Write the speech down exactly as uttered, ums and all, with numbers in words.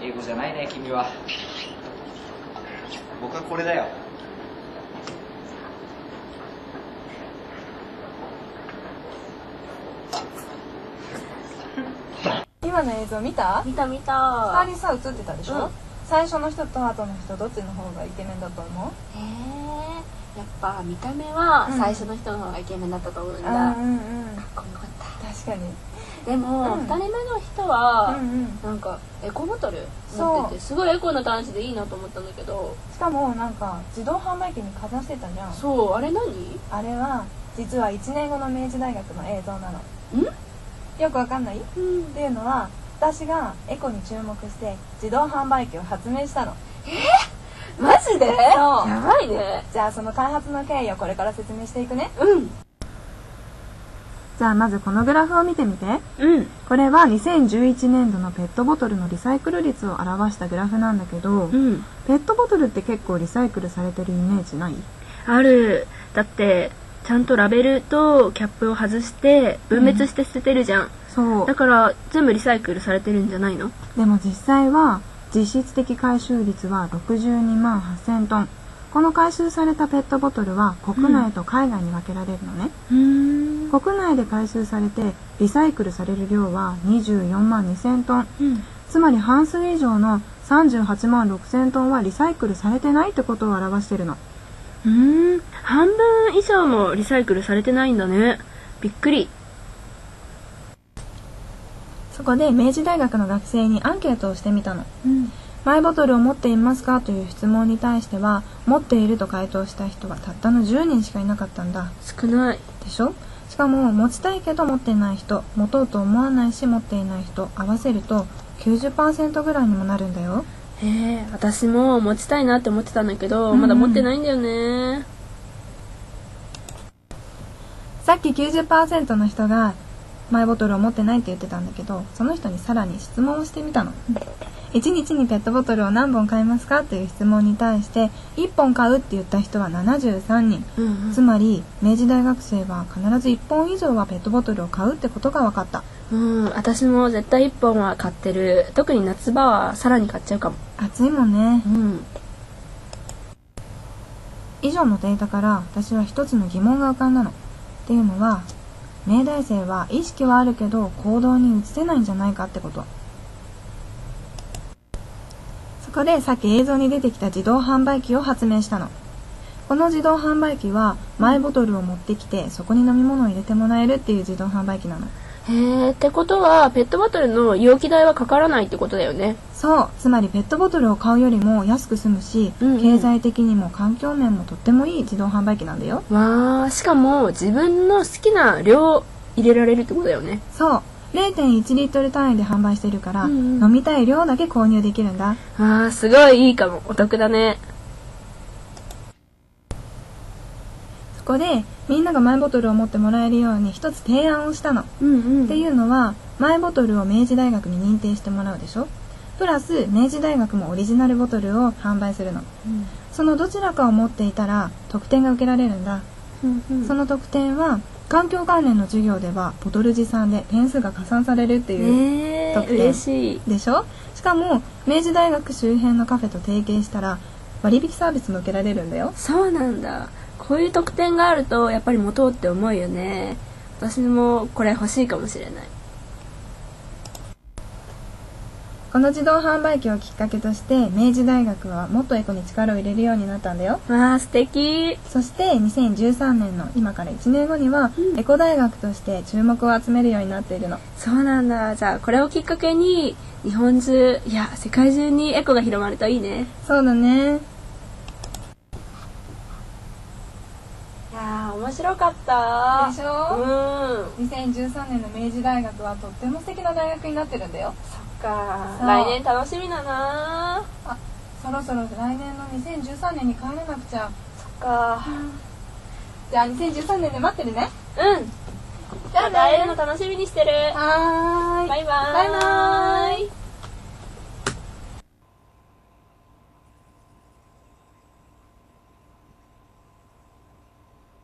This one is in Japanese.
英語じゃないね君は。僕はこれだよ。 今の映像見た？ 見た見た。 周りさ映ってたでしょ、うん、最初の人と後の人どっちの方がイケメンだと思う？ へえ、やっぱ見た目は最初の人の方がイケメンだったと思うんだ、うんうんうん、かっこよかった。 確かに。 でも、うん、ふたりめの人は、うんうん、なんかエコボトル持っててすごいエコな感じでいいなと思ったんだけど、 しかもなんか自動販売機にかざしてたじゃん。 そう、あれ何？ あれは実はいちねんごの明治大学の映像なの。ん？よくわかんない？うん、っていうのは私がエコに注目して自動販売機を発明したの。 えー、マジで？そう。やばいね。 じゃあその開発の経緯をこれから説明していくね。 うん。 じゃあまずこのグラフを見てみて。 うん。 これはにせんじゅういちねんどのペットボトルのリサイクル率を表したグラフなんだけど、うん、ペットボトルって結構リサイクルされてるイメージない？ ある。だってちゃんとラベルとキャップを外して分別して捨ててるじゃん、うん、 そう。 だから全部リサイクルされてるんじゃないの？ でも実際は実質的回収率はろくじゅうにまんはっせんトン。この回収されたペットボトルは国内と海外に分けられるのね、うん、国内で回収されてリサイクルされる量はにじゅうよんまんにせんトン、うん、つまり半数以上のさんじゅうはちまんろくせんトンはリサイクルされてないってことを表してるの。 うーん、半分以上もリサイクルされてないんだね。びっくり。 そこで明治大学の学生にアンケートをしてみたの、うん、マイボトルを持っていますかという質問に対しては持っていると回答した人はたったのじゅうにんしかいなかったんだ。 少ないでしょ。しかも持ちたいけど持っていない人、持とうと思わないし持っていない人合わせると きゅうじゅっパーセント ぐらいにもなるんだよ。 へえ、私も持ちたいなって思ってたんだけど、うんうん、まだ持ってないんだよね。 さっき きゅうじゅっパーセント の人がマイボトルを持ってないって言ってたんだけど、その人にさらに質問をしてみたの。いちにちにペットボトルを何本買いますかという質問に対していっぽん買うって言った人はななじゅうさんにん、うんうん、つまり明治大学生は必ずいっぽん以上はペットボトルを買うってことが分かった。 うん、私も絶対いっぽんは買ってる。特に夏場はさらに買っちゃうかも。 暑いもんね、 うん、 以上のデータから私は一つの疑問が浮かんだの。っていうのは明大生は意識はあるけど行動に移せないんじゃないかってこと。そこでさっき映像に出てきた自動販売機を発明したの。この自動販売機はマイボトルを持ってきてそこに飲み物を入れてもらえるっていう自動販売機なの。 へー、ってことはペットボトルの容器代はかからないってことだよね。 そう、つまりペットボトルを買うよりも安く済むし、うんうん、経済的にも環境面もとってもいい自動販売機なんだよ。 わー、しかも自分の好きな量入れられるってことだよね。 そう、れいてんいちリットル単位で販売してるから、うんうん、飲みたい量だけ購入できるんだ。 わー、すごいいいかも。お得だね。 そこでみんながマイボトルを持ってもらえるように一つ提案をしたの、うんうん、っていうのはマイボトルを明治大学に認定してもらうでしょ。プラス明治大学もオリジナルボトルを販売するの、うん、そのどちらかを持っていたら特典が受けられるんだ、うんうん、その特典は環境関連の授業ではボトル持参で点数が加算されるっていう特典、 えー、嬉しいでしょ。しかも明治大学周辺のカフェと提携したら割引サービスも受けられるんだよ。 そうなんだ。こういう特典があるとやっぱり持とうって思うよね。私もこれ欲しいかもしれない。 この自動販売機をきっかけとして明治大学はもっとエコに力を入れるようになったんだよ。 わあ、素敵。 そしてにせんじゅうさんねんの今からいちねんごには、うん、エコ大学として注目を集めるようになっているの。 そうなんだ。じゃあこれをきっかけに日本中、いや世界中にエコが広まるといいね。 そうだね。 面白かったでしょ、 うん、 にせんじゅうさんねんの明治大学はとっても素敵な大学になってるんだよ。 そっか、来年楽しみだなあ。そろそろ来年のにせんじゅうさんねんに帰らなくちゃ。 そっか、うん、 じゃあにせんじゅうさんねんで待ってるね。 うん、じゃあ会えるの楽しみにしてる。 はーい、 バイバーイ。 バイバーイ。